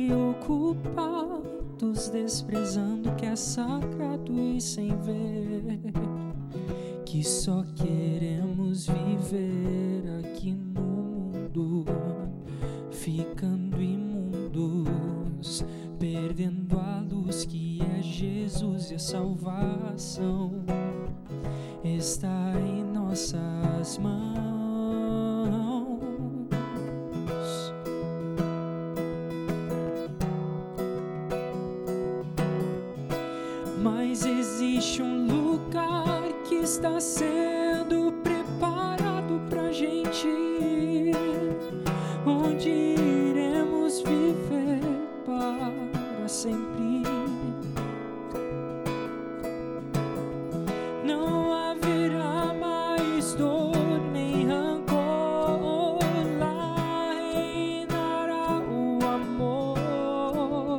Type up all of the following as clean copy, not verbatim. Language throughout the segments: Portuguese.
preocupados, desprezando o que é sagrado e sem ver que só queremos viver aqui no mundo, ficando imundos, perdendo a luz que é Jesus, e a salvação está em nossas mãos. Mas existe um lugar que está sendo preparado pra gente ir, onde iremos viver para sempre. Não haverá mais dor nem rancor, lá reinará o amor.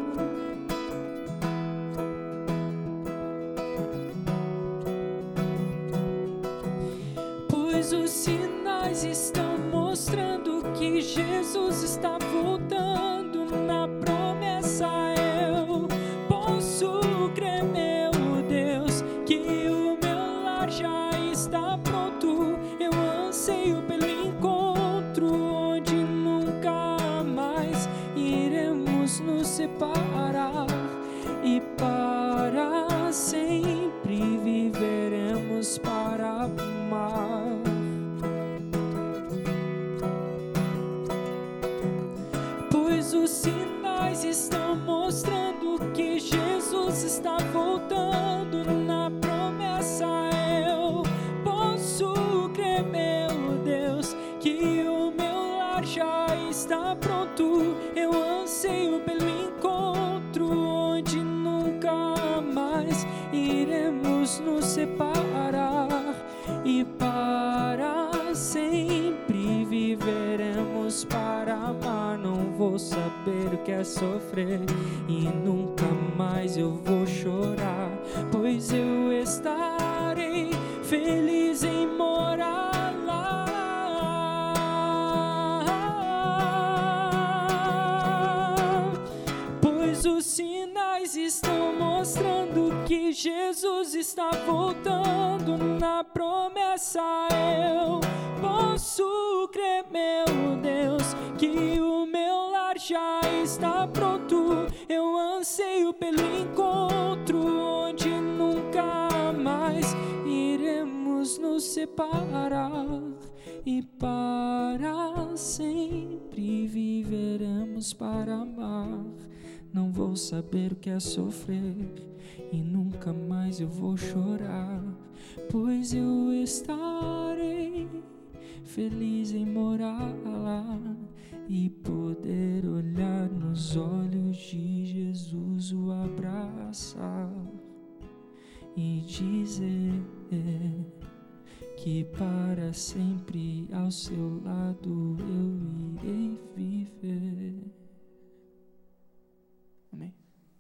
Pois os sinais estão mostrando que Jesus está voltando. Na promessa eu posso crer, meu Deus, que o meu lar já está pronto. Eu anseio pelo encontro, onde nunca mais iremos nos separar, e para sempre viveremos para amar. Pois os sinais estão mostrando que Jesus está voltando. Na promessa eu posso crer, meu Deus, que o meu lar já está pronto. Eu anseio pelo encontro, onde nunca mais iremos nos separar, e para sempre viveremos para amar. Não vou saber o que é sofrer, e nunca mais eu vou chorar, pois eu estarei feliz em morar lá. Pois os sinais estão mostrando que Jesus está voltando. Na promessa eu posso crer, meu Deus, que o meu lar já está pronto. Eu anseio pelo encontro, onde nunca mais iremos nos separar, e para sempre viveremos para amar. Não vou saber o que é sofrer, e nunca mais eu vou chorar, pois eu estarei feliz em morar lá, e poder olhar nos olhos de Jesus, o abraçar e dizer que para sempre ao seu lado eu irei viver. Amém.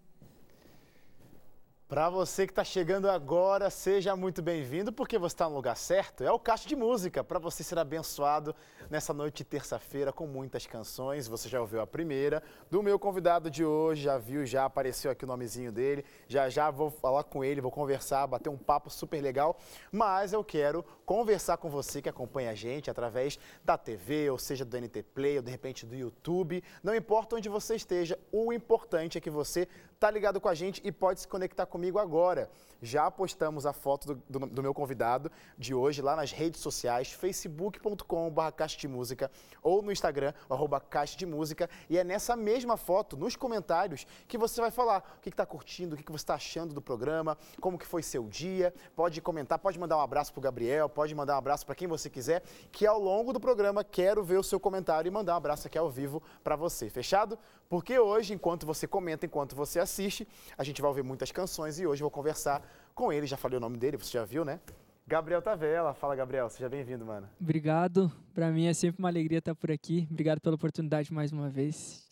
Para você que está chegando agora, seja muito bem-vindo, porque você está no lugar certo. É o Caixa de Música, para você ser abençoado nessa noite de terça-feira com muitas canções. Você já ouviu a primeira do meu convidado de hoje, já viu, já apareceu aqui o nomezinho dele. Já vou falar com ele, vou conversar, bater um papo super legal. Mas eu quero conversar com você que acompanha a gente através da TV, ou seja, do NT Play, ou de repente do YouTube. Não importa onde você esteja, o importante é que você está ligado com a gente e pode se conectar comigo agora. Já postamos a foto do meu convidado de hoje lá nas redes sociais, facebook.com/Caixa de Música, ou no Instagram, @Caixa de Música. E é nessa mesma foto, nos comentários, que você vai falar o que está curtindo, o que você está achando do programa, como que foi seu dia. Pode comentar, pode mandar um abraço para o Gabriel, pode mandar um abraço para quem você quiser, que ao longo do programa quero ver o seu comentário e mandar um abraço aqui ao vivo para você. Fechado? Porque hoje, enquanto você comenta, enquanto você assiste, a gente vai ouvir muitas canções e hoje eu vou conversar com ele. Já falei o nome dele, você já viu, né? Gabriel Tavella. Fala, Gabriel. Seja bem-vindo, mano. Obrigado. Para mim é sempre uma alegria estar por aqui. Obrigado pela oportunidade mais uma vez.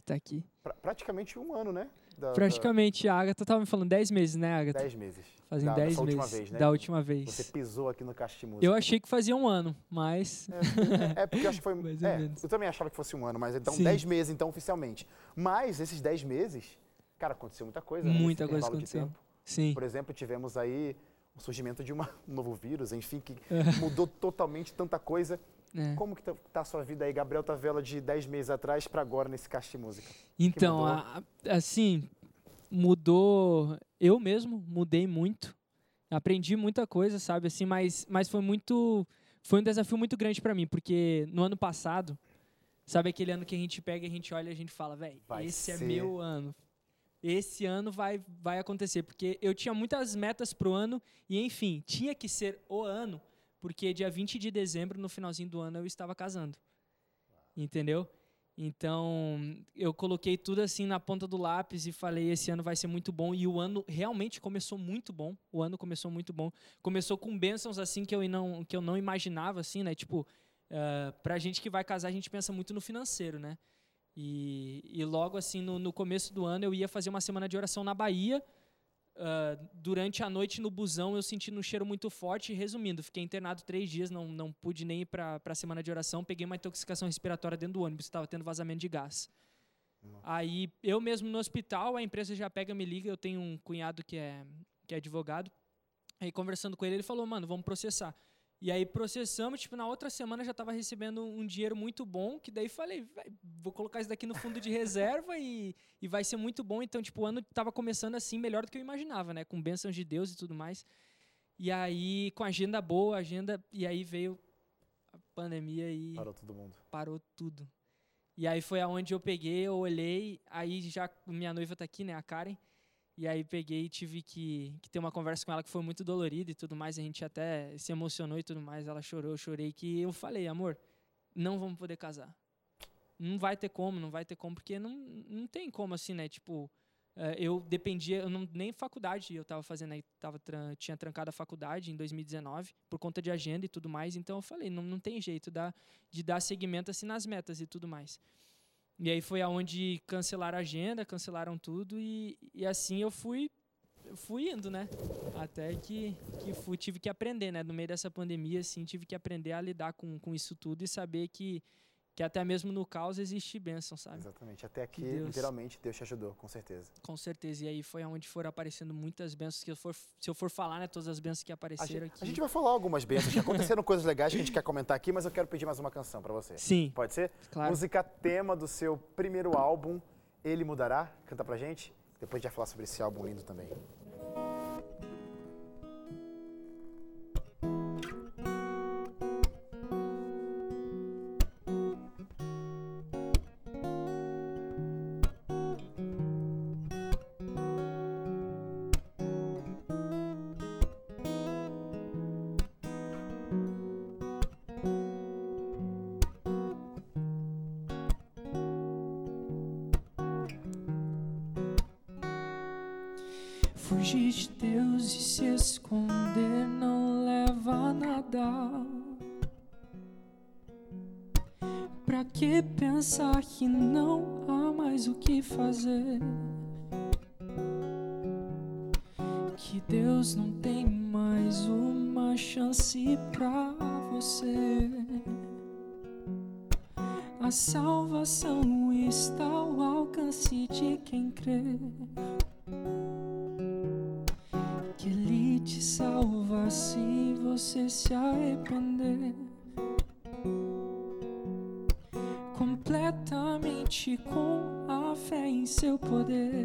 tá aqui. Praticamente um ano, né? Praticamente, a Agatha tava me falando 10 meses, né, Agatha? 10 meses. Fazem 10 meses. Última vez, né? Da última vez. Você pisou aqui no Caixa de Música. Eu achei que fazia um ano, mas... Porque eu acho que foi... Mais ou menos. Eu também achava que fosse um ano, mas então Sim. 10 meses, então, oficialmente. Mas esses 10 meses, cara, aconteceu muita coisa. Muita nesse coisa intervalo de aconteceu. tempo. Sim. Por exemplo, tivemos aí o surgimento de um novo vírus, enfim, que mudou totalmente tanta coisa. Como que tá a sua vida aí, Gabriel Tavella, de 10 meses atrás para agora nesse Caixa de Música? Então, assim, mudou... Eu mesmo mudei muito. Aprendi muita coisa, sabe, assim, mas foi um desafio muito grande para mim, porque no ano passado, sabe aquele ano que a gente pega e a gente olha e a gente fala, velho, esse é meu ano. Esse ano vai acontecer, porque eu tinha muitas metas pro ano e, enfim, tinha que ser o ano, porque dia 20 de dezembro, no finalzinho do ano, eu estava casando. Entendeu? Então, eu coloquei tudo assim na ponta do lápis e falei, esse ano vai ser muito bom. E o ano realmente começou muito bom. O ano começou muito bom. Começou com bênçãos assim que eu não imaginava, assim, né? Tipo, pra gente que vai casar, a gente pensa muito no financeiro, né? E logo assim, no começo do ano, eu ia fazer uma semana de oração na Bahia. Durante a noite no busão eu senti um cheiro muito forte. Resumindo, fiquei internado 3 dias, não pude nem ir para a semana de oração. Peguei uma intoxicação respiratória dentro do ônibus, estava tendo vazamento de gás. Aí eu mesmo no hospital, a empresa já pega, me liga. Eu tenho um cunhado que é advogado. Aí conversando com ele, ele falou, mano, vamos processar. E aí processamos, tipo, na outra semana já estava recebendo um dinheiro muito bom, que daí falei, vou colocar isso daqui no fundo de reserva e vai ser muito bom. Então, tipo, o ano estava começando assim, melhor do que eu imaginava, né? Com bênçãos de Deus e tudo mais. E aí, com agenda boa, e aí veio a pandemia e... Parou todo mundo. Parou tudo. E aí foi aonde eu peguei, eu olhei, aí já minha noiva tá aqui, né, a Karen. E aí peguei e tive que ter uma conversa com ela que foi muito dolorida e tudo mais. A gente até se emocionou e tudo mais. Ela chorou, eu chorei. Que eu falei, amor, não vamos poder casar. Não vai ter como, porque não tem como assim, né? Tipo, eu dependia, nem faculdade eu estava fazendo aí. Tinha trancado a faculdade em 2019 por conta de agenda e tudo mais. Então eu falei, não tem jeito de dar seguimento assim nas metas e tudo mais. E aí foi aonde cancelaram a agenda, cancelaram tudo e assim eu fui indo, né? Até que tive que aprender, né? No meio dessa pandemia, assim, tive que aprender a lidar com isso tudo e saber que até mesmo no caos existe bênção, sabe? Exatamente. Até aqui, literalmente, Deus te ajudou, com certeza. Com certeza. E aí foi aonde foram aparecendo muitas bênçãos, que se eu for falar, né, todas as bênçãos que apareceram aqui. A gente vai falar algumas bênçãos, que aconteceram coisas legais que a gente quer comentar aqui, mas eu quero pedir mais uma canção pra você. Sim. Pode ser? Claro. Música tema do seu primeiro álbum, Ele Mudará. Canta pra gente. Depois a gente vai falar sobre esse álbum lindo também. Fugir de Deus e se esconder não leva a nada. Pra que pensar que não há mais o que fazer? Que Deus não tem mais uma chance pra você. A salvação está ao alcance de quem crê. Que Ele te salva se você se arrepender completamente com a fé em seu poder,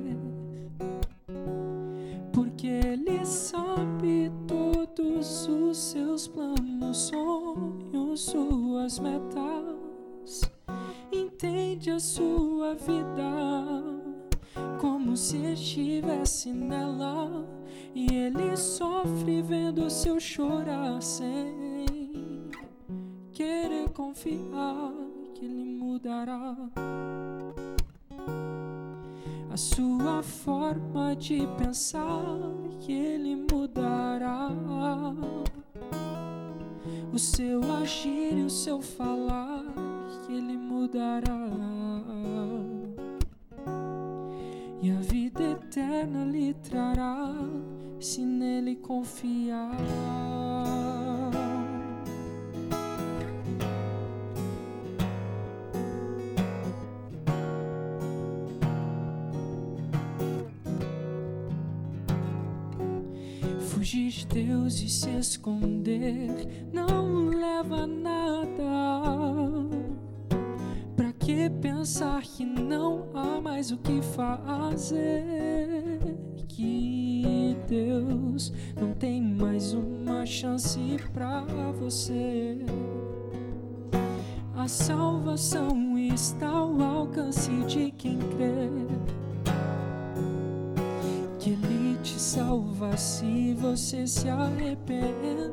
porque Ele sabe todos os seus planos, sonhos, suas metas, entende a sua vida como se estivesse nela. E Ele sofre vendo seu chorar sem querer confiar que Ele mudará a sua forma de pensar, que Ele mudará o seu agir e o seu falar, que Ele mudará. e a vida eterna lhe trará, se nele confiar. Fugir de Deus e se esconder não leva a nada. Pra que pensar que não há mais o que fazer? Que Deus não tem mais uma chance pra você. A salvação está ao alcance de quem crê. Que Ele te salva se você se arrepender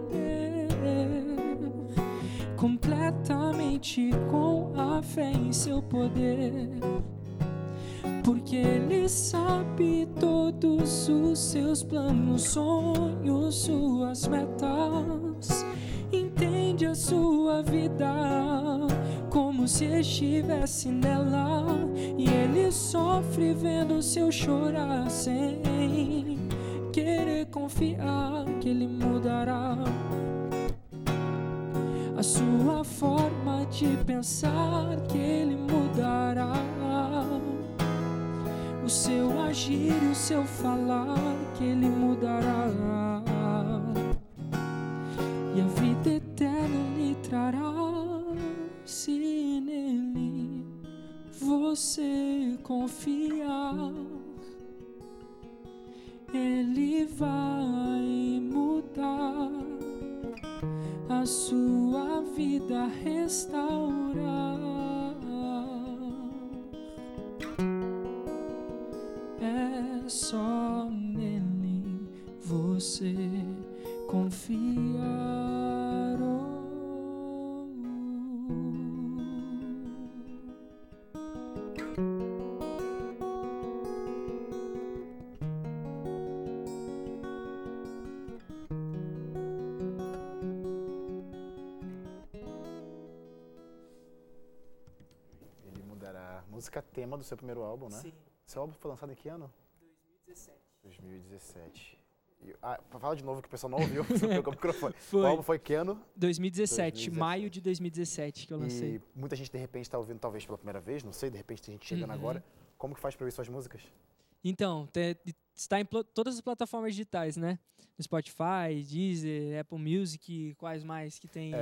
completamente com a fé em seu poder, porque Ele sabe todos os seus planos, sonhos, suas metas, entende a sua vida como se estivesse nela, e Ele sofre vendo seu chorar sem querer confiar que Ele mudará a sua forma de pensar, que Ele mudará o seu agir e o seu falar, que Ele mudará, e a vida eterna lhe trará, se nele você confiar. Ele vai mudar a sua vida, restaurar. É só nele você confiar. Música tema do seu primeiro álbum, né? Sim. Seu álbum foi lançado em que ano? 2017. 2017. Fala de novo que o pessoal não ouviu, você pegou o microfone. Foi. O álbum foi que ano? 2017, maio de 2017 que eu lancei. E muita gente de repente está ouvindo talvez pela primeira vez, não sei, de repente tem gente chegando agora. Como que faz para ouvir suas músicas? Então, está em todas as plataformas digitais, né? No Spotify, Deezer, Apple Music, quais mais que tem?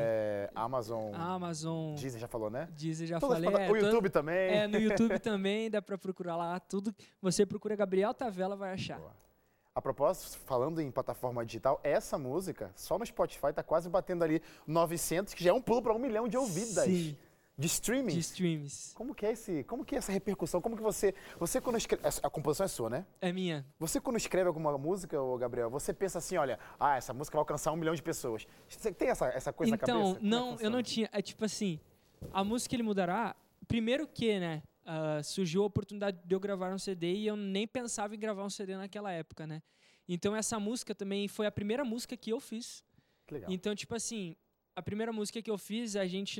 Amazon. Deezer já falou, né? Deezer já todas falei. O YouTube também. No YouTube também, dá pra procurar lá. Tudo. Você procura Gabriel Tavella, vai achar. Boa. A propósito, falando em plataforma digital, essa música, só no Spotify, tá quase batendo ali 900, que já é um pulo para 1 milhão de ouvidas. Sim. De streaming? De streams. Como que é essa repercussão? Como que você quando escreve, a composição é sua, né? É minha. Você quando escreve alguma música, ô Gabriel, você pensa assim, olha, essa música vai alcançar 1 milhão de pessoas. Você tem essa coisa na cabeça? Então, não, eu não tinha. É tipo assim, a música Ele Mudará, primeiro que, né, surgiu a oportunidade de eu gravar um CD e eu nem pensava em gravar um CD naquela época, né? Então essa música também foi a primeira música que eu fiz. Que legal. Então, tipo assim, a primeira música que eu fiz,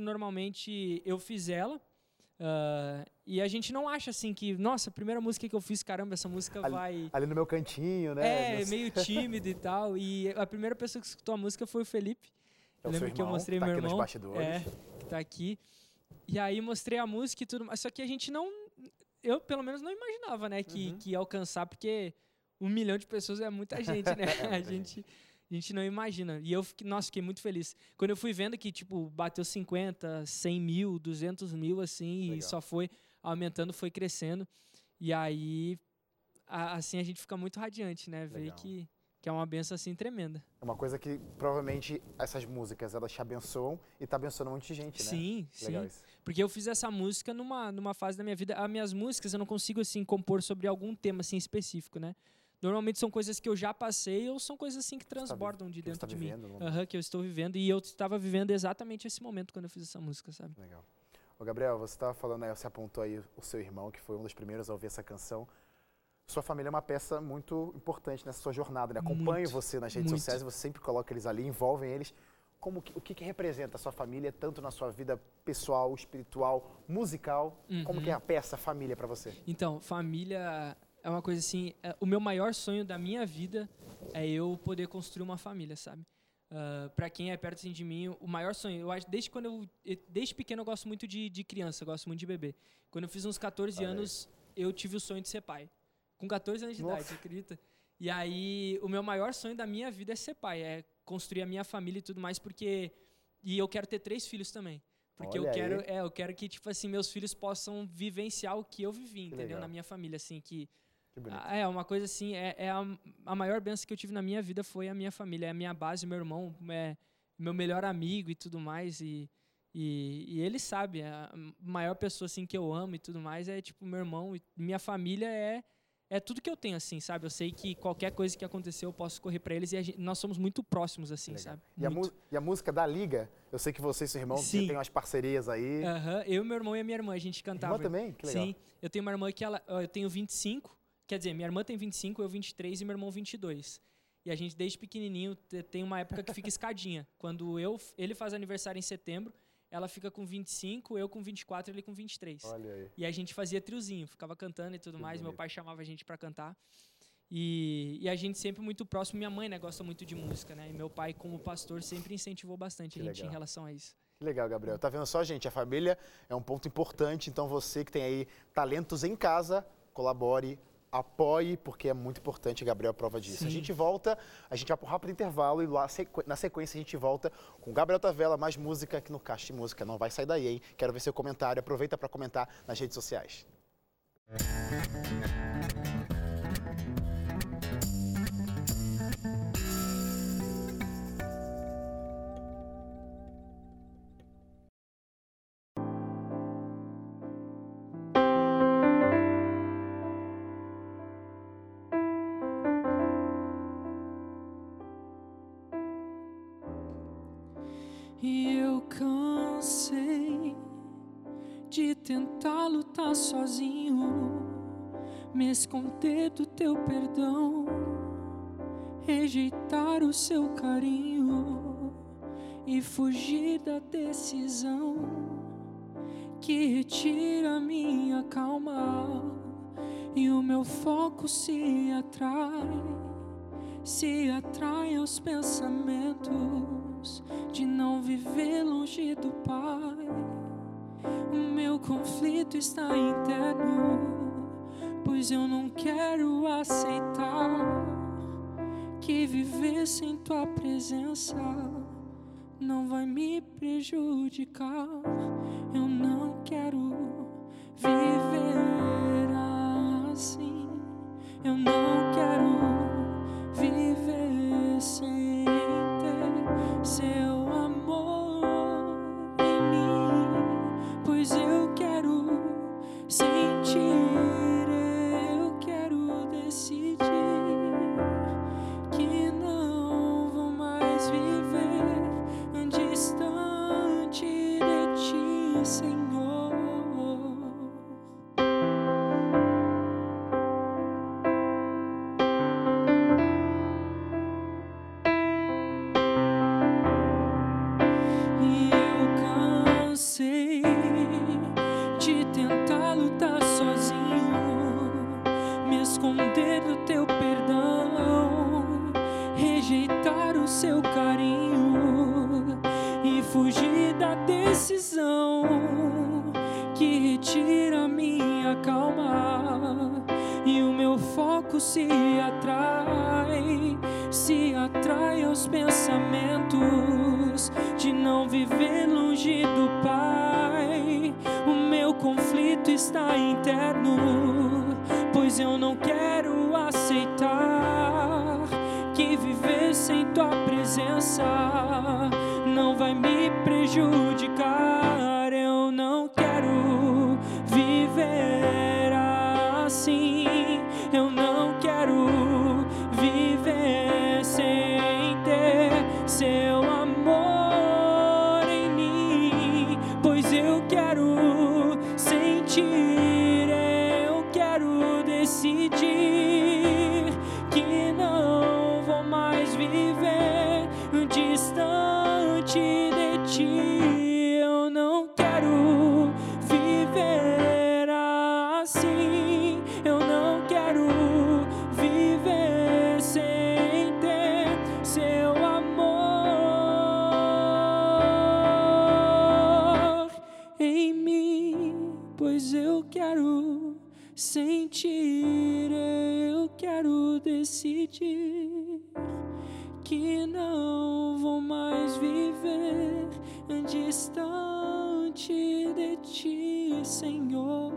eu fiz ela, e a gente não acha assim que, nossa, a primeira música que eu fiz, caramba, essa música vai... Ali no meu cantinho, né? Meio tímido e tal, e a primeira pessoa que escutou a música foi o Felipe. Eu lembro que eu mostrei meu irmão, que tá aqui, e aí mostrei a música e tudo, mas só que a gente eu pelo menos não imaginava, né, que ia alcançar, porque 1 milhão de pessoas é muita gente, né? A gente não imagina. E eu fiquei muito feliz. Quando eu fui vendo que, tipo, bateu 50, 100 mil, 200 mil, assim, legal. E só foi aumentando, foi crescendo. E aí, assim, a gente fica muito radiante, né? Ver que é uma benção, assim, tremenda. É uma coisa que, provavelmente, essas músicas, elas te abençoam e tá abençoando um monte de gente, né? Sim, legal sim. Isso. Porque eu fiz essa música numa fase da minha vida. As minhas músicas, eu não consigo, assim, compor sobre algum tema, assim, específico, né? Normalmente são coisas que eu já passei ou são coisas assim que transbordam de dentro de mim. Que eu estou vivendo. E eu estava vivendo exatamente esse momento quando eu fiz essa música, sabe? Legal. Ô Gabriel, você estava falando aí, você apontou aí o seu irmão, que foi um dos primeiros a ouvir essa canção. Sua família é uma peça muito importante nessa sua jornada, né? Acompanho você nas redes sociais, você sempre coloca eles ali, envolvem eles. O que representa a sua família, tanto na sua vida pessoal, espiritual, musical? Como que é a peça família para você? Então, família é uma coisa assim, o meu maior sonho da minha vida é eu poder construir uma família, sabe? Para quem é perto assim, de mim, o maior sonho, eu acho, desde pequeno eu gosto muito de criança, eu gosto muito de bebê. Quando eu fiz uns 14 anos, eu tive o sonho de ser pai. Com 14 anos de idade, você acredita? E aí, o meu maior sonho da minha vida é ser pai, é construir a minha família e tudo mais, e eu quero ter 3 filhos também. Porque eu quero que, tipo assim, meus filhos possam vivenciar o que eu vivi, entendeu? Legal. Na minha família, assim, que uma coisa assim, a maior bênção que eu tive na minha vida foi a minha família, é a minha base, meu irmão, meu melhor amigo e tudo mais, e ele sabe, a maior pessoa, assim, que eu amo e tudo mais é, tipo, meu irmão, e minha família é tudo que eu tenho, assim, sabe? Eu sei que qualquer coisa que acontecer eu posso correr para eles e nós somos muito próximos, assim, legal. Sabe? E a música da Liga, eu sei que você e seu irmão têm umas parcerias aí. Eu, meu irmão e a minha irmã, a gente cantava. Irmã também? Que legal. Sim, eu tenho uma irmã que eu tenho 25, quer dizer, minha irmã tem 25, eu 23 e meu irmão 22. E a gente, desde pequenininho, tem uma época que fica escadinha. Quando ele faz aniversário em setembro, ela fica com 25, eu com 24 e ele com 23. Olha aí. E a gente fazia triozinho, ficava cantando e tudo mais. Bonito. Meu pai chamava a gente pra cantar. E a gente sempre muito próximo. Minha mãe, né, gosta muito de música, né? E meu pai, como pastor, sempre incentivou bastante a gente em relação a isso. Que legal, Gabriel. Tá vendo só, gente? A família é um ponto importante. Então, você que tem aí talentos em casa, colabore, apoie, porque é muito importante, Gabriel, a prova disso. Sim. A gente vai para um rápido intervalo e lá, na sequência a gente volta com Gabriel Tavella, mais música aqui no Caixa de Música. Não vai sair daí, hein? Quero ver seu comentário. Aproveita para comentar nas redes sociais. E eu cansei de tentar lutar sozinho, me esconder do teu perdão, rejeitar o seu carinho e fugir da decisão que retira minha calma e o meu foco se atrai aos pensamentos de não viver longe do Pai. O meu conflito está interno, pois eu não quero aceitar que viver sem tua presença não vai me prejudicar. Eu não quero viver assim, eu não quero viver sem ter seu amor em mim, pois eu quero sentir, eu quero decidir que não vou mais viver distante de ti, Senhor. De tentar lutar sozinho, me esconder do teu perdão, rejeitar o seu carinho e fugir da decisão que retira minha calma e o meu foco se atrai aos pensamentos de não viver longe do Pai. O meu conflito está interno, pois eu não quero aceitar que viver sem tua presença não vai me prejudicar. Eu não quero viver assim, eu não quero viver sem ter seu amor em mim, pois eu quero sentir, eu quero decidir que não vou mais viver distante de ti. Eu não quero viver assim, eu não quero eu decidir que não vou mais viver distante de ti, Senhor.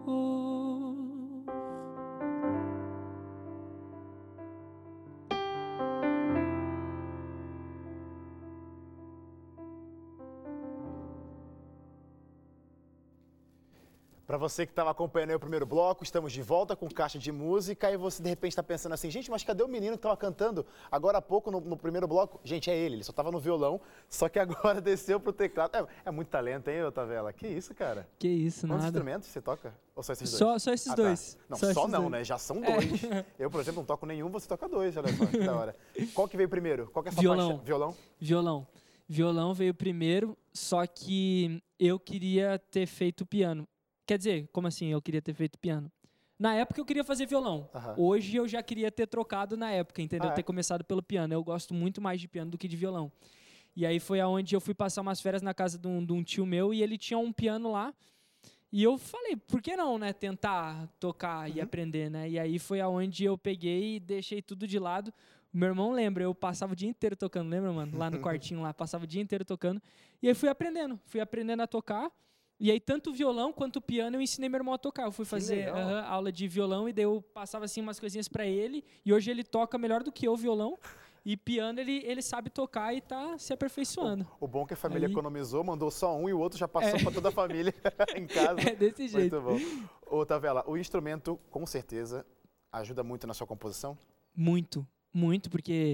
Para você que estava acompanhando aí o primeiro bloco, estamos de volta com Caixa de Música e você de repente está pensando assim, gente, mas cadê o menino que estava cantando agora há pouco no primeiro bloco? Gente, é ele só estava no violão, só que agora desceu pro teclado. É muito talento, hein, Otavela? Que isso, cara? Que isso, Quantos nada. instrumentos você toca? Ou só esses dois? Só esses dois. Tá. Não, só só não, dois. né? Já são dois. Eu, por exemplo, não toco nenhum, você toca dois, olha só, que da hora. Qual que veio primeiro? Qual que é a sua Violão. faixa? Violão? Violão. Violão veio primeiro, só que eu queria ter feito piano. Quer dizer, como assim eu queria ter feito piano? Na época eu queria fazer violão. Hoje eu já queria ter trocado na época, entendeu? Ter começado pelo piano. Eu gosto muito mais de piano do que de violão. E aí foi aonde eu fui passar umas férias na casa de um tio meu e ele tinha um piano lá. E eu falei, por que não, né? Tentar tocar e aprender, né? E aí foi aonde eu peguei e deixei tudo de lado. O meu irmão lembra, eu passava o dia inteiro tocando, lembra, mano? Lá no quartinho lá, passava o dia inteiro tocando. E aí fui aprendendo a tocar. E aí, tanto o violão quanto o piano, eu ensinei meu irmão a tocar. Eu fui fazer aula de violão e daí eu passava assim umas coisinhas pra ele. E hoje ele toca melhor do que eu violão. E piano ele sabe tocar e tá se aperfeiçoando. O bom é que a família economizou, mandou só um e o outro já passou pra toda a família em casa. É desse jeito. Muito bom. Ô, Tavela, o instrumento, com certeza, ajuda muito na sua composição? Muito, muito, porque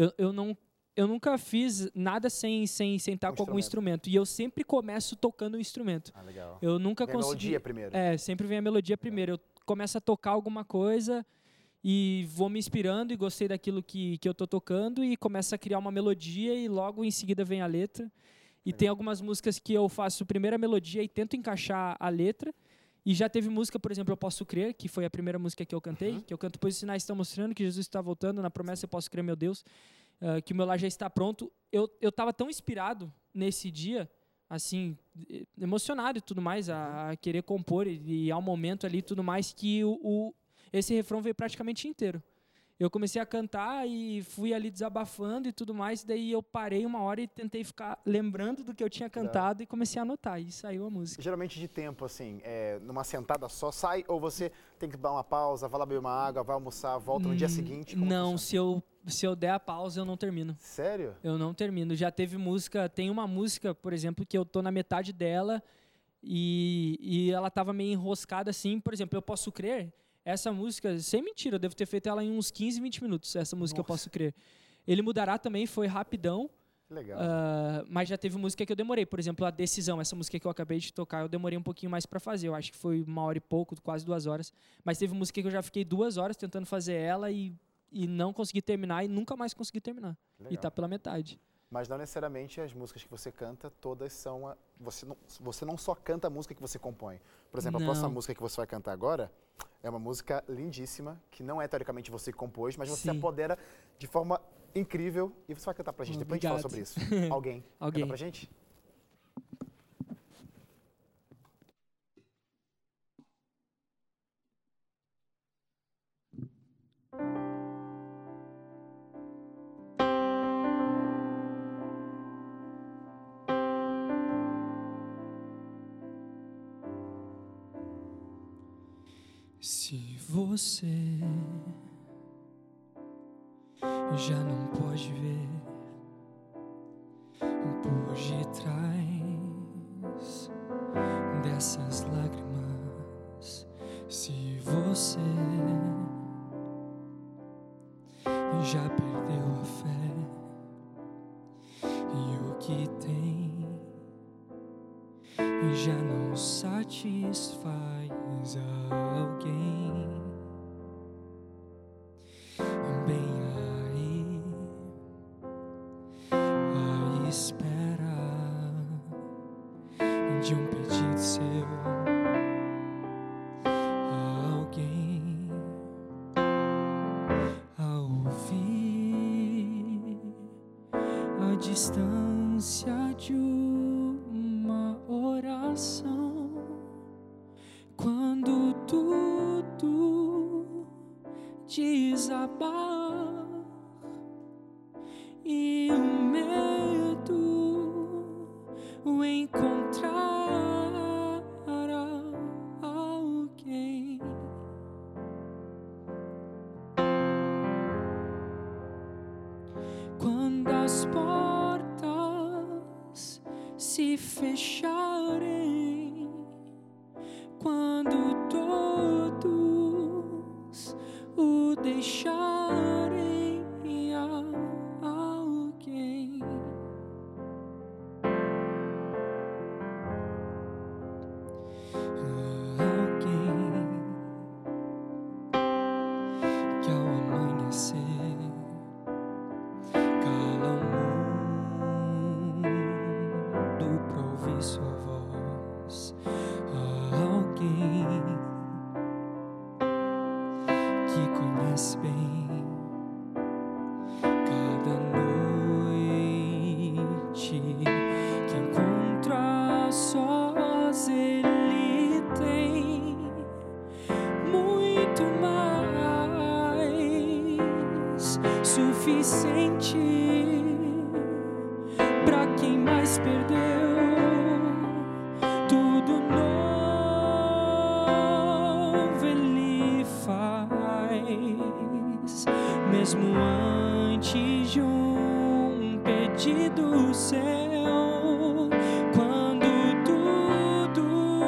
eu nunca fiz nada sem estar com algum instrumento. E eu sempre começo tocando o instrumento. Ah, legal. Eu nunca vem consegui... a melodia primeiro. Sempre vem a melodia primeiro. Eu começo a tocar alguma coisa e vou me inspirando e gostei daquilo que eu tô tocando e começo a criar uma melodia e logo em seguida vem a letra. E tem algumas músicas que eu faço primeiro a melodia e tento encaixar a letra. E já teve música, por exemplo, Eu Posso Crer, que foi a primeira música que eu cantei, que eu canto, pois os sinais estão mostrando que Jesus está voltando, na promessa eu posso crer, meu Deus. Que o meu lar já está pronto. Eu estava tão inspirado nesse dia, assim, emocionado e tudo mais, a querer compor e ao momento ali e tudo mais, que esse refrão veio praticamente inteiro. Eu comecei a cantar e fui ali desabafando e tudo mais, daí eu parei uma hora e tentei ficar lembrando do que eu tinha cantado e comecei a anotar, e saiu a música. Geralmente de tempo, assim, numa sentada só sai, ou você tem que dar uma pausa, vai lá beber uma água, vai almoçar, volta no dia seguinte? Não, se eu der a pausa, eu não termino. Sério? Eu não termino. Já teve música, tem uma música, por exemplo, que eu tô na metade dela e ela tava meio enroscada assim, por exemplo, Eu Posso Crer. Essa música, sem mentira, eu devo ter feito ela em uns 15, 20 minutos, essa música. Nossa. Eu Posso Crer. Ele Mudará também, foi rapidão. Legal. Mas já teve música que eu demorei. Por exemplo, A Decisão, essa música que eu acabei de tocar, eu demorei um pouquinho mais para fazer. Eu acho que foi 1 hora e pouco, quase 2 horas. Mas teve música que eu já fiquei 2 horas tentando fazer ela e não consegui terminar e nunca mais consegui terminar. Legal. E tá pela metade. Mas não necessariamente as músicas que você canta, todas são... Você não só canta a música que você compõe. Por exemplo, a próxima música que você vai cantar agora é uma música lindíssima, que não é teoricamente você que compôs, mas você se apodera de forma incrível e você vai cantar pra gente. Depois a gente fala sobre isso. Alguém. Canta pra gente? Se você já não pode ver por detrás dessas lágrimas, se você já perdeu a fé e o que tem já não satisfaz alguém, bem aí à espera de um pedido seu, alguém a ouvir a distância de uma oração, quando tudo desabar e o medo o encontrar alguém. Quando as portas se fecharem, quando todos o deixarem a alguém. Alguém que ao amanhecer cala o mundo pra ouvir sua voz. Alguém que conhece bem cada noite, que encontra sós ele tem muito mais suficiente pra quem mais perdeu. Tudo novo ele faz, mesmo antes de um pedido seu. Quando tudo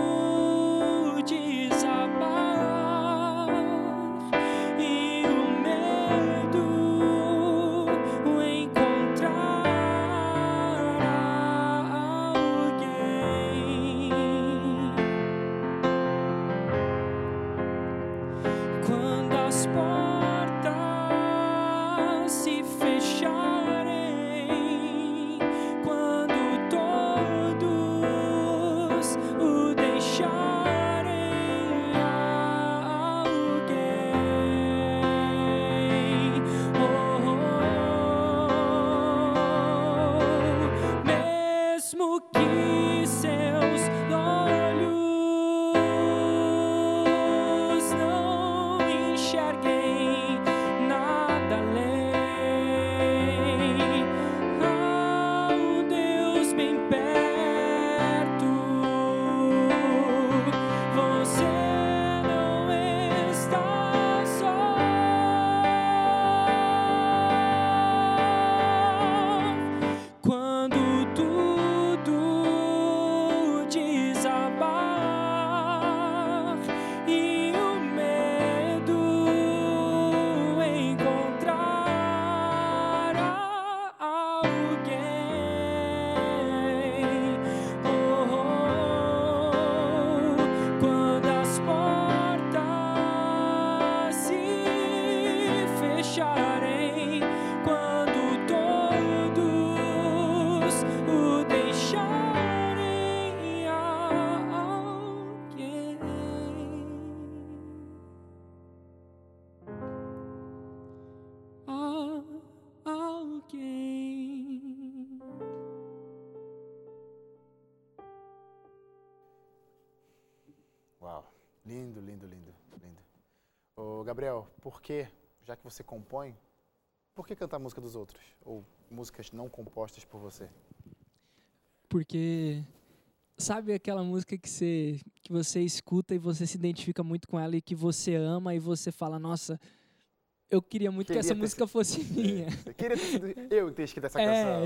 desabar e o medo o encontrar alguém. Quando as portas se fecharem, quando todos o deixarem a alguém. Mesmo que seus olhos não enxerguem nada além, há um Deus bem perto. Você não está só. Quando tudo desabar e o medo encontrar alguém. Quando as portas se fecharem, quando todos o deixarem a alguém. A alguém. Uau, lindo, lindo, lindo, lindo. Ô, Gabriel, por que, já que você compõe, por que cantar música dos outros? Ou músicas não compostas por você? Porque sabe aquela música que você escuta e você se identifica muito com ela e que você ama e você fala, nossa, eu queria muito que essa música fosse minha. Queria ter sido eu que tenha escrito essa canção.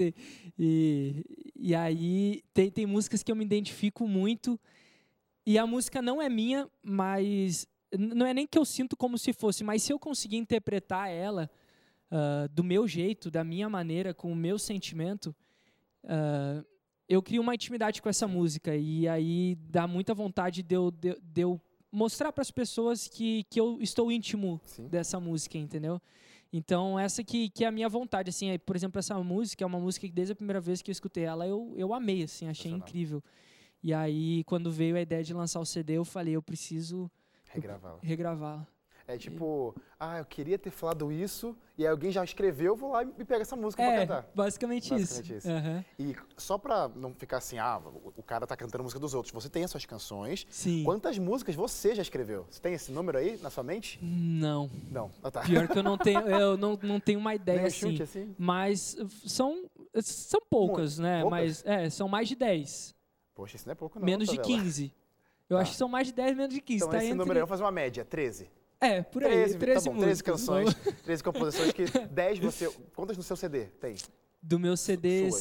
E aí tem músicas que eu me identifico muito e a música não é minha, mas não é nem que eu sinto como se fosse, mas se eu conseguir interpretar ela do meu jeito, da minha maneira, com o meu sentimento, eu crio uma intimidade com essa música e aí dá muita vontade de eu mostrar para as pessoas que eu estou íntimo Sim. dessa música, entendeu? Então, essa que é a minha vontade, assim, por exemplo, essa música é uma música que desde a primeira vez que eu escutei ela, eu amei, assim, achei incrível. E aí, quando veio a ideia de lançar o CD, eu falei, eu preciso regravá-la. É tipo, eu queria ter falado isso, e aí alguém já escreveu, eu vou lá e pego essa música pra cantar. Basicamente isso. Uhum. E só pra não ficar assim, o cara tá cantando música dos outros, você tem as suas canções. Sim. Quantas músicas você já escreveu? Você tem esse número aí na sua mente? Não. Não. Tá. Pior que eu não tenho uma ideia assim. Chute, assim. Mas são poucas, né? Poucas? Mas são mais de 10. Poxa, isso não é pouco não. Menos de 15. Eu acho que são mais de 10, menos de 15. Então esse número aí, eu vou fazer uma média, 13. Por aí, 13 tá bom, 13 canções, 13 composições, que 10 você... Quantas no seu CD tem? Do meu CD,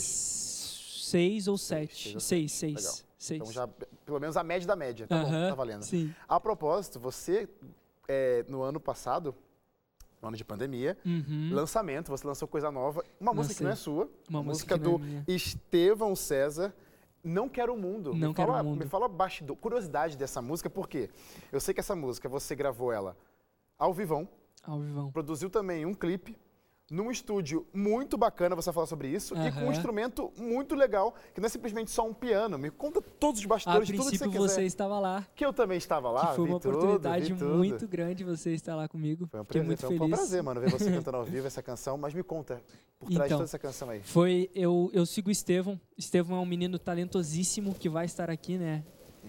6 ou 7. 6. Então já, pelo menos a média da média, tá bom, tá valendo. Sim. A propósito, você, no ano passado, no ano de pandemia, lançamento, você lançou coisa nova, uma música que não é sua, uma música do Estevão César, Não Quero o Mundo. Não Quero o Mundo. Me fala bastidor, curiosidade dessa música, porque eu sei que essa música, você gravou ela ao vivão. Produziu também um clipe num estúdio muito bacana, você falar sobre isso, e com um instrumento muito legal, que não é simplesmente só um piano. Me conta todos os bastidores de tudo que você quiser. A princípio você estava lá. Que eu também estava lá, que foi uma oportunidade muito grande você estar lá comigo. Foi um prazer, muito feliz. Foi um prazer, mano, ver você cantando ao vivo essa canção, mas me conta, por trás de toda essa canção aí. Eu sigo o Estevão. Estevão é um menino talentosíssimo que vai estar aqui, né?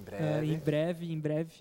Em breve.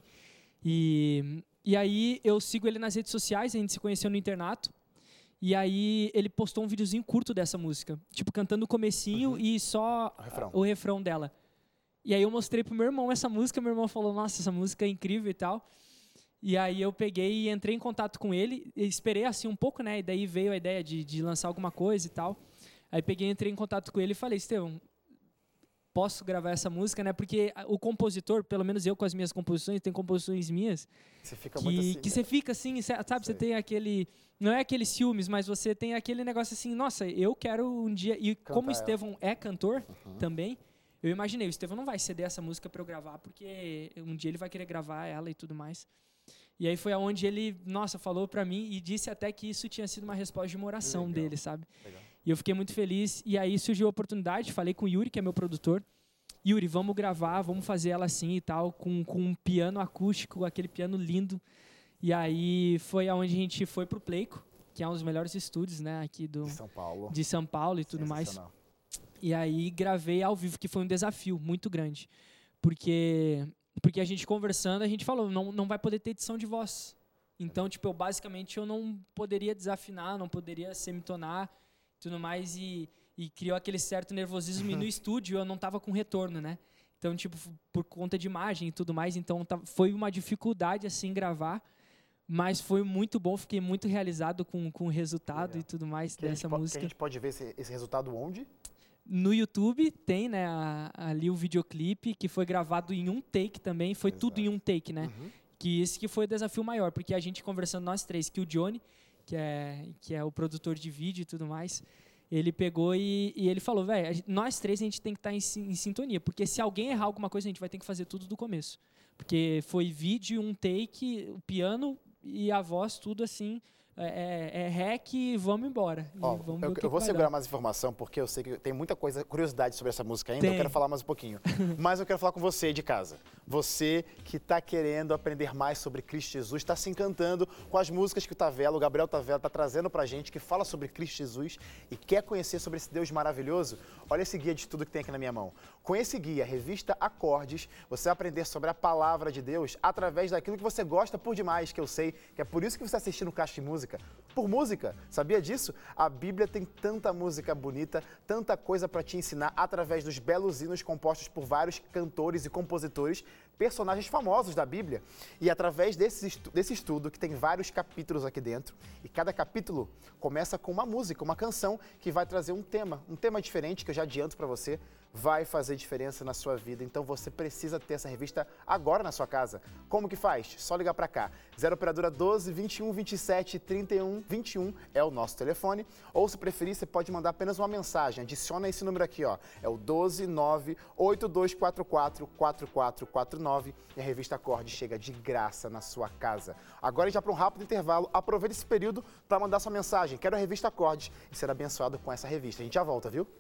E aí eu sigo ele nas redes sociais, a gente se conheceu no internato. E aí ele postou um videozinho curto dessa música, tipo cantando o comecinho e só o refrão dela. E aí eu mostrei pro meu irmão essa música, meu irmão falou, nossa, essa música é incrível e tal. E aí eu peguei e entrei em contato com ele, esperei assim um pouco, né, e daí veio a ideia de lançar alguma coisa e tal. Aí peguei, entrei em contato com ele e falei, Estevão, posso gravar essa música, né? Porque o compositor, pelo menos eu com as minhas composições, tem composições minhas você fica muito assim, que você fica assim, sabe? Você tem aquele, não é aqueles ciúmes, mas você tem aquele negócio assim, nossa, eu quero um dia, e cantar como o Estevão é cantor também, eu imaginei, o Estevão não vai ceder essa música para eu gravar, porque um dia ele vai querer gravar ela e tudo mais. E aí foi aonde ele, nossa, falou para mim e disse até que isso tinha sido uma resposta de uma oração dele, sabe? Legal. E eu fiquei muito feliz. E aí surgiu a oportunidade, falei com o Yuri, que é meu produtor. Yuri, vamos gravar, vamos fazer ela assim e tal, com um piano acústico, aquele piano lindo. E aí foi aonde a gente foi pro Pleico, que é um dos melhores estúdios, né, aqui de São Paulo e tudo mais. E aí gravei ao vivo, que foi um desafio muito grande. Porque a gente conversando, a gente falou, não vai poder ter edição de voz. Então, tipo, eu não poderia desafinar, não poderia semitonar e tudo mais, e criou aquele certo nervosismo, e no estúdio eu não estava com retorno, né? Então, tipo, por conta de imagem e tudo mais, então foi uma dificuldade, assim, gravar, mas foi muito bom, fiquei muito realizado com o resultado e tudo mais dessa música. A gente pode ver esse resultado onde? No YouTube tem, né, ali o videoclipe, que foi gravado em um take também, foi tudo em um take, né? Que esse que foi o desafio maior, porque a gente conversando nós três, que o Johnny, que é o produtor de vídeo e tudo mais, ele pegou e ele falou, velho, nós três a gente tem que estar em sintonia, porque se alguém errar alguma coisa, a gente vai ter que fazer tudo do começo. Porque foi vídeo, um take, o piano e a voz, tudo assim, rec e vamos embora. Eu vou segurar mais informação, porque eu sei que tem muita curiosidade sobre essa música ainda, eu quero falar mais um pouquinho. Mas eu quero falar com você de casa. Você que está querendo aprender mais sobre Cristo Jesus, está se encantando com as músicas que o Gabriel Tavella está trazendo pra gente, que fala sobre Cristo Jesus e quer conhecer sobre esse Deus maravilhoso. Olha esse guia de estudo que tem aqui na minha mão. Com esse guia, revista Acordes, você vai aprender sobre a palavra de Deus através daquilo que você gosta por demais, que eu sei, que é por isso que você está assistindo o Caixa de Música. Por música, sabia disso? A Bíblia tem tanta música bonita, tanta coisa para te ensinar através dos belos hinos compostos por vários cantores e compositores, personagens famosos da Bíblia. E através desse estudo, que tem vários capítulos aqui dentro, e cada capítulo começa com uma música, uma canção que vai trazer um tema diferente, que eu já adianto para você, vai fazer diferença na sua vida. Então você precisa ter essa revista agora na sua casa. Como que faz? Só ligar para cá. 0 operadora 12 21 27 31 21 é o nosso telefone. Ou se preferir, você pode mandar apenas uma mensagem. Adiciona esse número aqui, ó. É o 12 9 8244 4449 e a revista Acorde chega de graça na sua casa. Agora a gente vai para um rápido intervalo. Aproveita esse período para mandar sua mensagem. Quero a revista Acordes e ser abençoado com essa revista. A gente já volta, viu?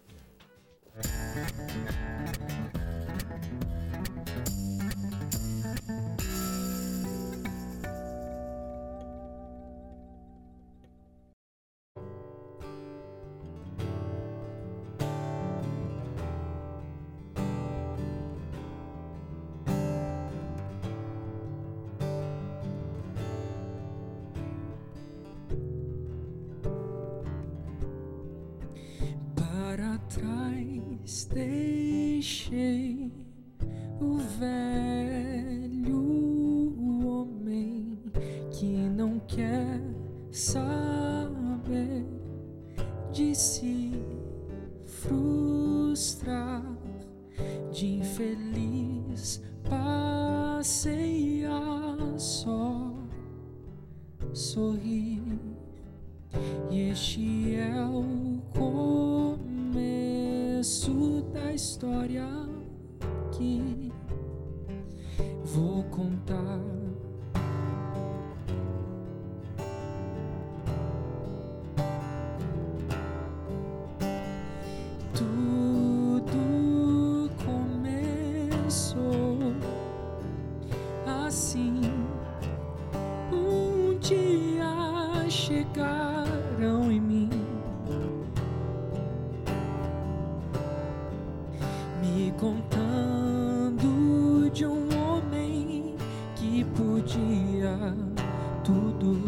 Deixei o velho homem que não quer saber de se frustrar, de infeliz passeia só sorrir. E este é o começo da história que vou contar. Tudo começou assim. Um dia chegaram em mim, me contando de um homem que podia tudo,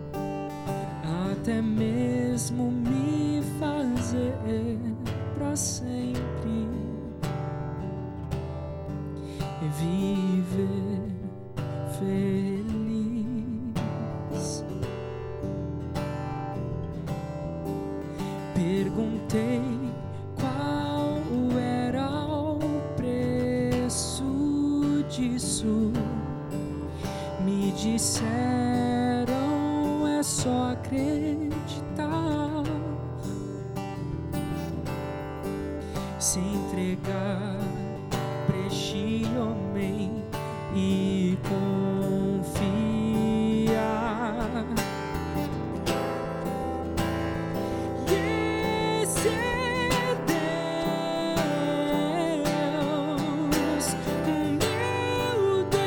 até mesmo me fazer pra sempre viver feliz. Perguntei qual era o preço disso. Me disseram é só acreditar, se entregar pra este homem e confiar. E esse é Deus, meu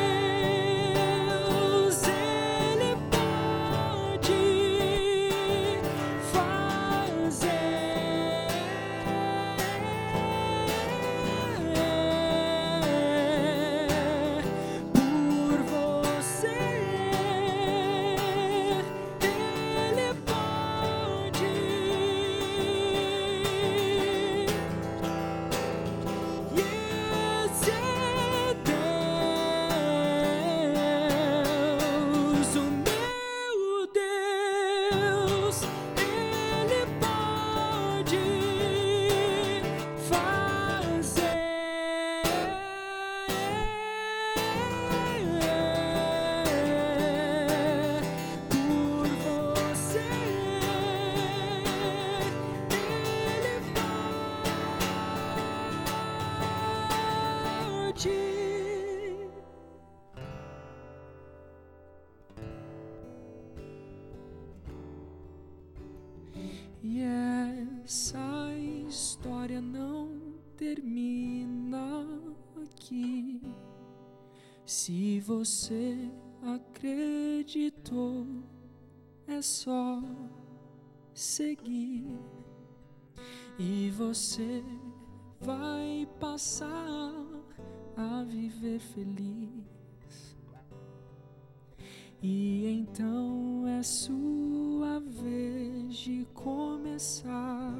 Deus, Ele pode fazer por você. Ele pode. E esse é Deus, o meu Deus, Ele pode fazer por você. Ele pode. E essa história não termina aqui. Se você acreditou, é só seguir e você vai passar a viver feliz. E então é sua vez de começar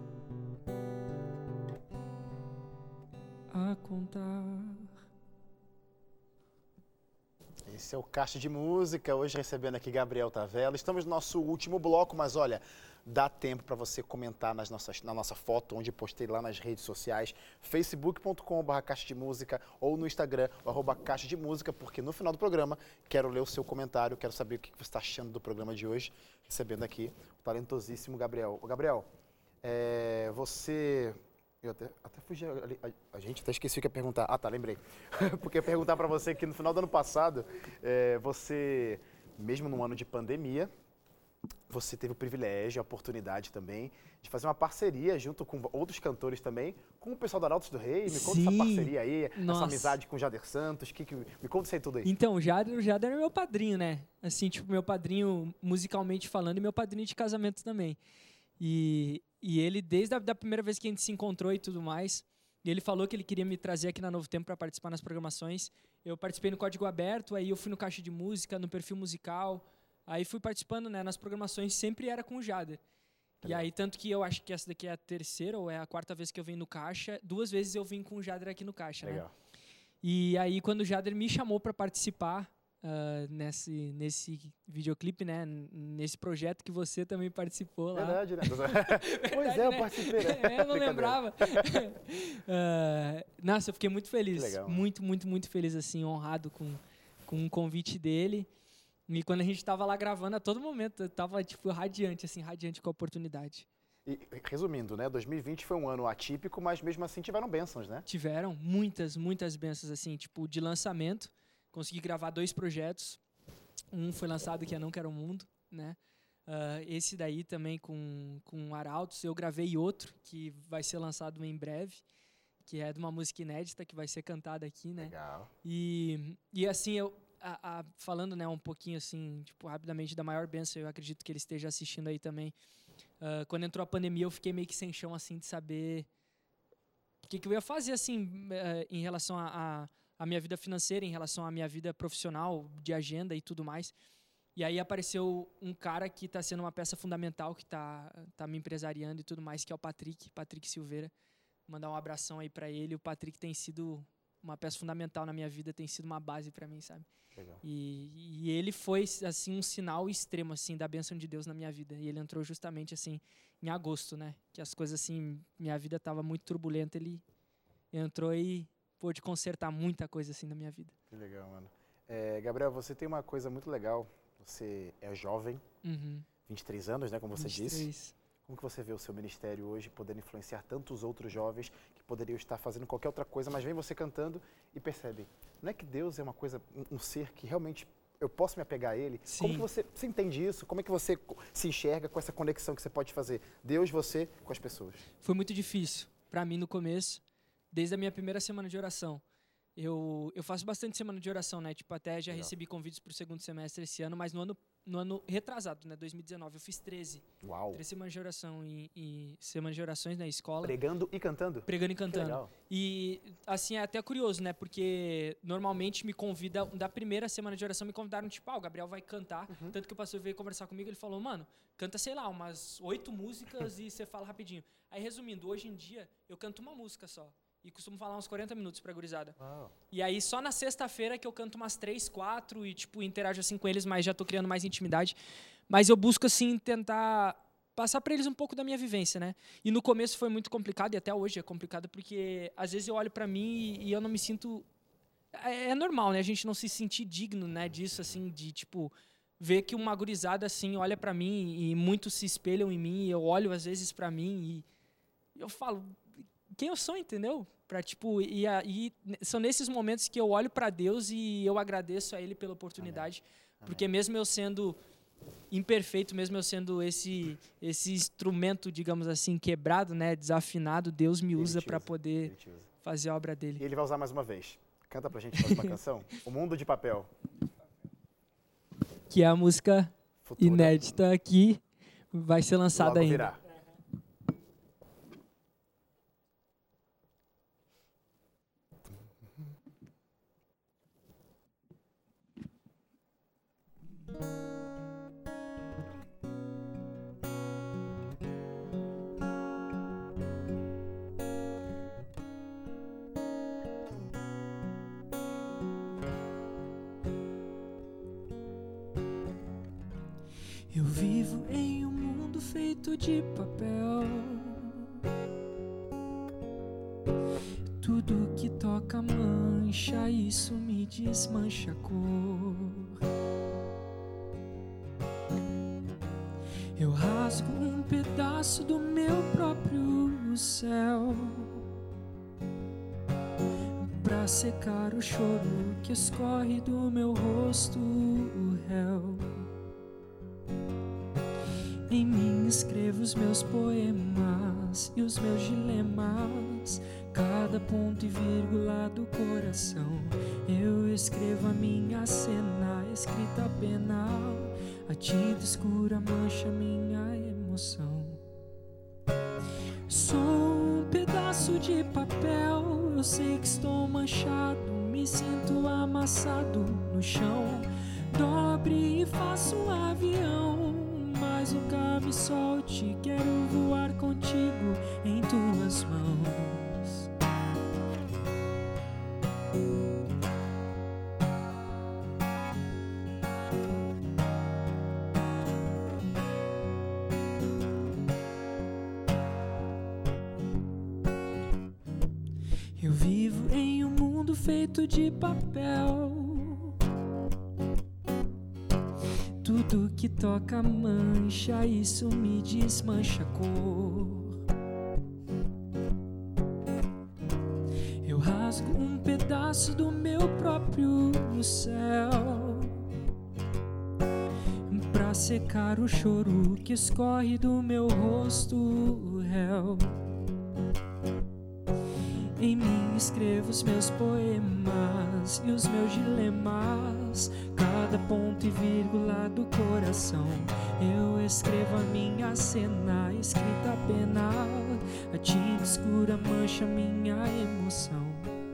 a contar. Esse é o Caixa de Música, hoje recebendo aqui Gabriel Tavella. Estamos no nosso último bloco, mas olha, dá tempo para você comentar na nossa foto, onde postei lá nas redes sociais, facebook.com/Caixa de Música ou no Instagram, @Caixa de Música, porque no final do programa quero ler o seu comentário, quero saber o que você está achando do programa de hoje, recebendo aqui o talentosíssimo Gabriel. Ô, Gabriel, você... Eu até fugi, a gente até esqueci o que ia perguntar. Ah, tá, lembrei. Porque eu ia perguntar para você que no final do ano passado, você, mesmo num ano de pandemia, você teve o privilégio, a oportunidade também de fazer uma parceria junto com outros cantores também, com o pessoal do Arautos do Rei. Me conta essa parceria aí, Nossa. essa amizade com o Jader Santos. Me conta isso aí tudo aí. Então, o Jader é meu padrinho, né? Assim, tipo, meu padrinho musicalmente falando e meu padrinho de casamento também. E ele, desde a primeira vez que a gente se encontrou e tudo mais, ele falou que ele queria me trazer aqui na Novo Tempo para participar nas programações. Eu participei no Código Aberto, aí eu fui no Caixa de Música, no Perfil Musical, aí fui participando, né, nas programações, sempre era com o Jader. E aí, tanto que eu acho que essa daqui é a terceira ou é a quarta vez que eu venho no Caixa. 2 vezes eu vim com o Jader aqui no Caixa, Legal. né? E aí, quando o Jader me chamou para participar nesse videoclipe, né? Nesse projeto que você também participou lá. Verdade, né? Pois é, eu participei, né? Eu não lembrava. Nossa, eu fiquei muito feliz. Legal. Muito, muito, muito feliz, assim, honrado com o convite dele. E quando a gente estava lá gravando, a todo momento, eu tava, tipo, radiante com a oportunidade. E, resumindo, né? 2020 foi um ano atípico, mas mesmo assim tiveram bênçãos, né? Tiveram muitas, muitas bênçãos, assim, tipo, de lançamento. Consegui gravar 2 projetos. Um foi lançado, que é Não Quero o Mundo, né? Esse daí também com Arautos. Eu gravei outro, que vai ser lançado em breve, que é de uma música inédita, que vai ser cantada aqui, né? Legal. E assim, eu... falando, né, um pouquinho assim, tipo, rapidamente da maior bênção, eu acredito que ele esteja assistindo aí também. Quando entrou a pandemia, eu fiquei meio que sem chão, assim, de saber o que eu ia fazer, assim, em relação à minha vida financeira, em relação à minha vida profissional, de agenda e tudo mais. E aí apareceu um cara que está sendo uma peça fundamental, que tá me empresariando e tudo mais, que é o Patrick Silveira. Mandar um abração aí para ele. O Patrick tem sido uma peça fundamental na minha vida, tem sido uma base para mim, sabe? Legal. E ele foi, assim, um sinal extremo, assim, da bênção de Deus na minha vida. E ele entrou justamente, assim, em agosto, né? Que as coisas, assim, minha vida estava muito turbulenta. Ele entrou e pôde consertar muita coisa, assim, na minha vida. Que legal, mano. Gabriel, você tem uma coisa muito legal. Você é jovem, 23 anos, né? Como você 23. disse. Como que você vê o seu ministério hoje podendo influenciar tantos outros jovens que poderiam estar fazendo qualquer outra coisa, mas vem você cantando e percebe, não é que Deus é uma coisa, um ser que realmente eu posso me apegar a Ele? Sim. Como que você entende isso? Como é que você se enxerga com essa conexão que você pode fazer? Deus, você, com as pessoas. Foi muito difícil para mim no começo, desde a minha primeira semana de oração. Eu faço bastante semana de oração, né? Tipo, até já recebi convites para o segundo semestre esse ano, mas no ano retrasado, né? 2019, eu fiz 13. Uau! 13 semanas de oração e semanas de orações na escola. Pregando e cantando? Pregando e cantando. Que legal. E, assim, é até curioso, né? Porque normalmente me convida, da primeira semana de oração, me convidaram, tipo, o Gabriel vai cantar. Tanto que o pastor veio conversar comigo, ele falou, mano, canta, sei lá, umas 8 músicas e você fala rapidinho. Aí, resumindo, hoje em dia, eu canto uma música só. E costumo falar uns 40 minutos pra gurizada. Uau. E aí, só na sexta-feira que eu canto umas 3, 4 e, tipo, interajo assim com eles, mas já tô criando mais intimidade. Mas eu busco, assim, tentar passar pra eles um pouco da minha vivência, né? E no começo foi muito complicado, e até hoje é complicado, porque às vezes eu olho pra mim e eu não me sinto... É normal, né? A gente não se sentir digno, né, disso, assim, de, tipo, ver que uma gurizada, assim, olha pra mim e muitos se espelham em mim, e eu olho às vezes pra mim e eu falo... Quem eu sou, entendeu? Pra, tipo, e são nesses momentos que eu olho para Deus e eu agradeço a Ele pela oportunidade. Amém. Porque mesmo eu sendo imperfeito, mesmo eu sendo esse instrumento, digamos assim, quebrado, né, desafinado, Deus me usa para poder fazer a obra dele. E Ele vai usar mais uma vez. Canta pra gente mais uma canção. O Mundo de Papel. Que é a música futura, inédita aqui, vai ser lançada logo ainda. Virá. Eu vivo em um mundo feito de papel. Tudo que toca mancha, isso me desmancha a cor. Eu rasgo um pedaço do meu próprio céu pra secar o choro que escorre do meu rosto réu. Em mim escrevo os meus poemas e os meus dilemas, cada ponto e vírgula do coração. Eu escrevo a minha cena, escrita penal, a tinta escura mancha minha emoção. Sou um pedaço de papel, eu sei que estou manchado, me sinto amassado no chão. Dobre e faço um avião, mas nunca me solte, quero tuas mãos. Eu vivo em um mundo feito de papel. Tudo que toca mancha, isso me desmancha a cor. Eu rasgo um pedaço do meu próprio céu pra secar o choro que escorre do meu rosto réu. Em mim escrevo os meus poemas e os meus dilemas, cada ponto e vírgula do coração. Eu escrevo a minha cena, escrita a pena, a tinta escura mancha minha emoção.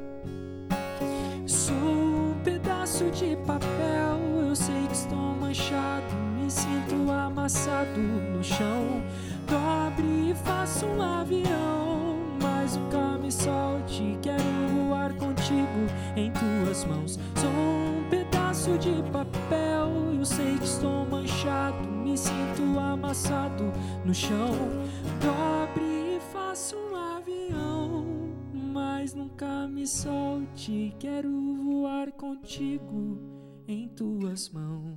Sou um pedaço de papel, eu sei que estou manchado, me sinto amassado no chão. Dobre e faço um avião, mas nunca me solte, quero voar contigo em tuas mãos. Sou um pedaço de papel, eu sei que estou manchado, me sinto amassado no chão. Dobre e faço um avião, mas nunca me solte, quero voar contigo em tuas mãos.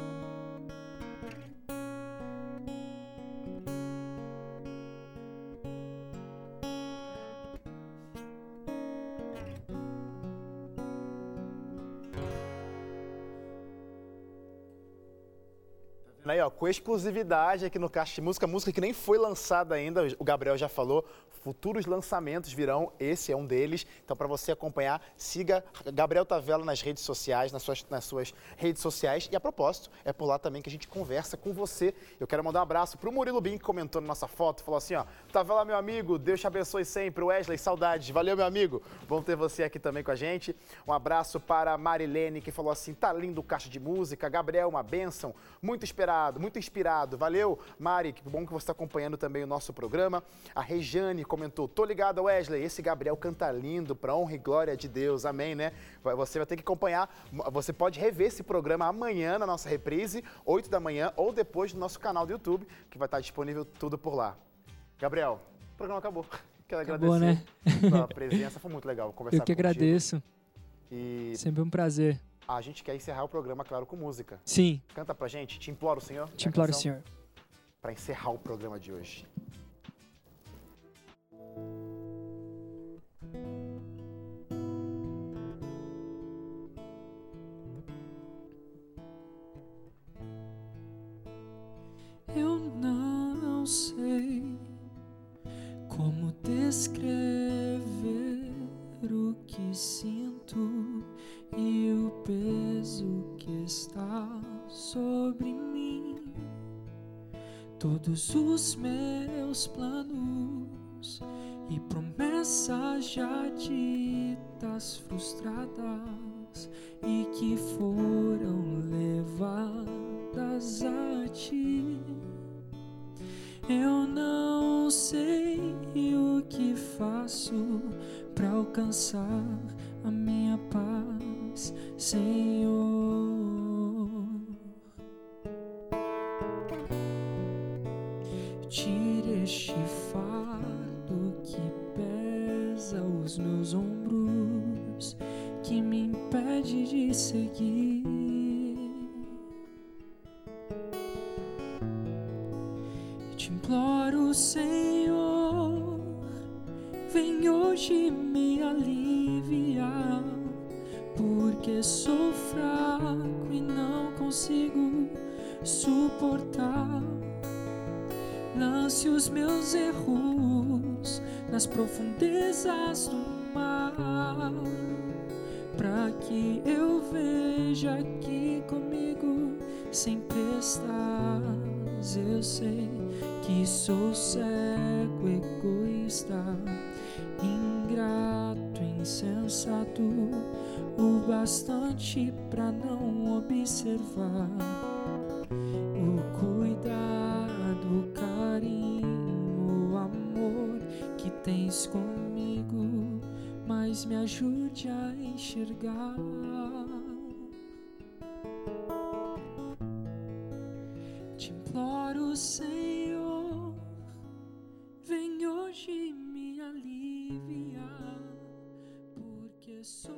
Aí, ó, com exclusividade aqui no Caixa de Música, música que nem foi lançada ainda, o Gabriel já falou, futuros lançamentos virão, esse é um deles. Então, para você acompanhar, siga Gabriel Tavella nas redes sociais, nas suas redes sociais. E a propósito, é por lá também que a gente conversa com você. Eu quero mandar um abraço pro Murilo Bin, que comentou na nossa foto, falou assim, ó, Tavella, meu amigo, Deus te abençoe sempre. Wesley, saudades. Valeu, meu amigo. Bom ter você aqui também com a gente. Um abraço para a Marilene, que falou assim, tá lindo o Caixa de Música. Gabriel, uma bênção. Muito esperado, muito inspirado. Valeu, Mari, que bom que você está acompanhando também o nosso programa. A Rejane comentou, tô ligada, Wesley, esse Gabriel canta lindo, pra honra e glória de Deus, amém, né? Você vai ter que acompanhar, você pode rever esse programa amanhã na nossa reprise, 8 da manhã, ou depois no nosso canal do YouTube, que vai estar disponível tudo por lá. Gabriel, o programa acabou. Quero acabou, agradecer né? pela presença, foi muito legal conversar contigo. Eu que contigo. agradeço. E sempre um prazer. a gente quer encerrar o programa, claro, com música. Sim. Canta pra gente, te imploro, Senhor. Te imploro, Senhor. Para encerrar o programa de hoje. Eu não sei como descrever o que sinto e o peso que está sobre mim. Todos os meus planos e promessas já ditas, frustradas e que foram levadas a ti. Eu não sei o que faço para alcançar a minha paz, Senhor. Tire este fardo que pesa os meus ombros, que me impede de seguir. Te imploro, Senhor, vem hoje me aliviar, porque sou fraco e não consigo suportar. Lance os meus erros nas profundezas do mar, para que eu veja que comigo sempre estás. Eu sei que sou cego, egoísta, ingrato, insensato, o bastante pra não observar o cuidado, o carinho, o amor que tens comigo, mas me ajude a enxergar. Te imploro, Senhor, vem hoje me aliviar, porque sou